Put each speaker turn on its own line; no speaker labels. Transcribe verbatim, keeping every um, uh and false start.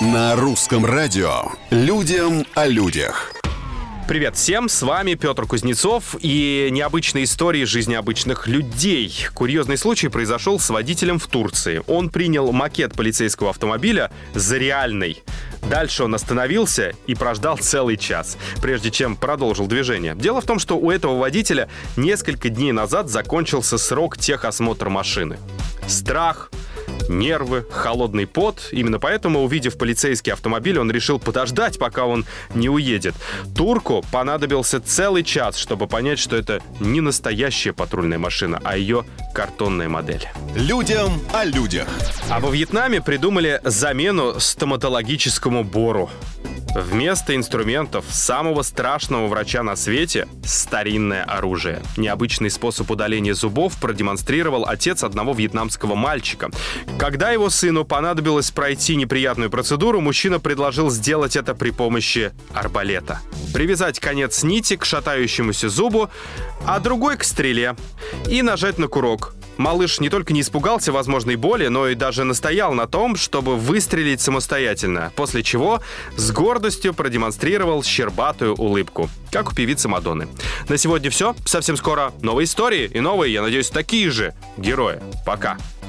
На русском радио «Людям о людях».
Привет всем, с вами Петр Кузнецов и необычные истории жизни обычных людей. Курьезный случай произошел с водителем в Турции. Он принял макет полицейского автомобиля за реальный. Дальше он остановился и прождал целый час, прежде чем продолжил движение. Дело в том, что у этого водителя несколько дней назад закончился срок техосмотра машины. Страх, нервы, холодный пот. Именно поэтому, увидев полицейский автомобиль, он решил подождать, пока он не уедет. Турку понадобился целый час, чтобы понять, что это не настоящая патрульная машина, а ее картонная модель.
Людям о людях.
А во Вьетнаме придумали замену стоматологическому бору. Вместо инструментов самого страшного врача на свете — старинное оружие. Необычный способ удаления зубов продемонстрировал отец одного вьетнамского мальчика. Когда его сыну понадобилось пройти неприятную процедуру, мужчина предложил сделать это при помощи арбалета. Привязать конец нити к шатающемуся зубу, а другой к стреле, и нажать на курок. Малыш не только не испугался возможной боли, но и даже настоял на том, чтобы выстрелить самостоятельно, после чего с гордостью продемонстрировал щербатую улыбку, как у певицы Мадонны. На сегодня все. Совсем скоро новые истории и новые, я надеюсь, такие же герои. Пока.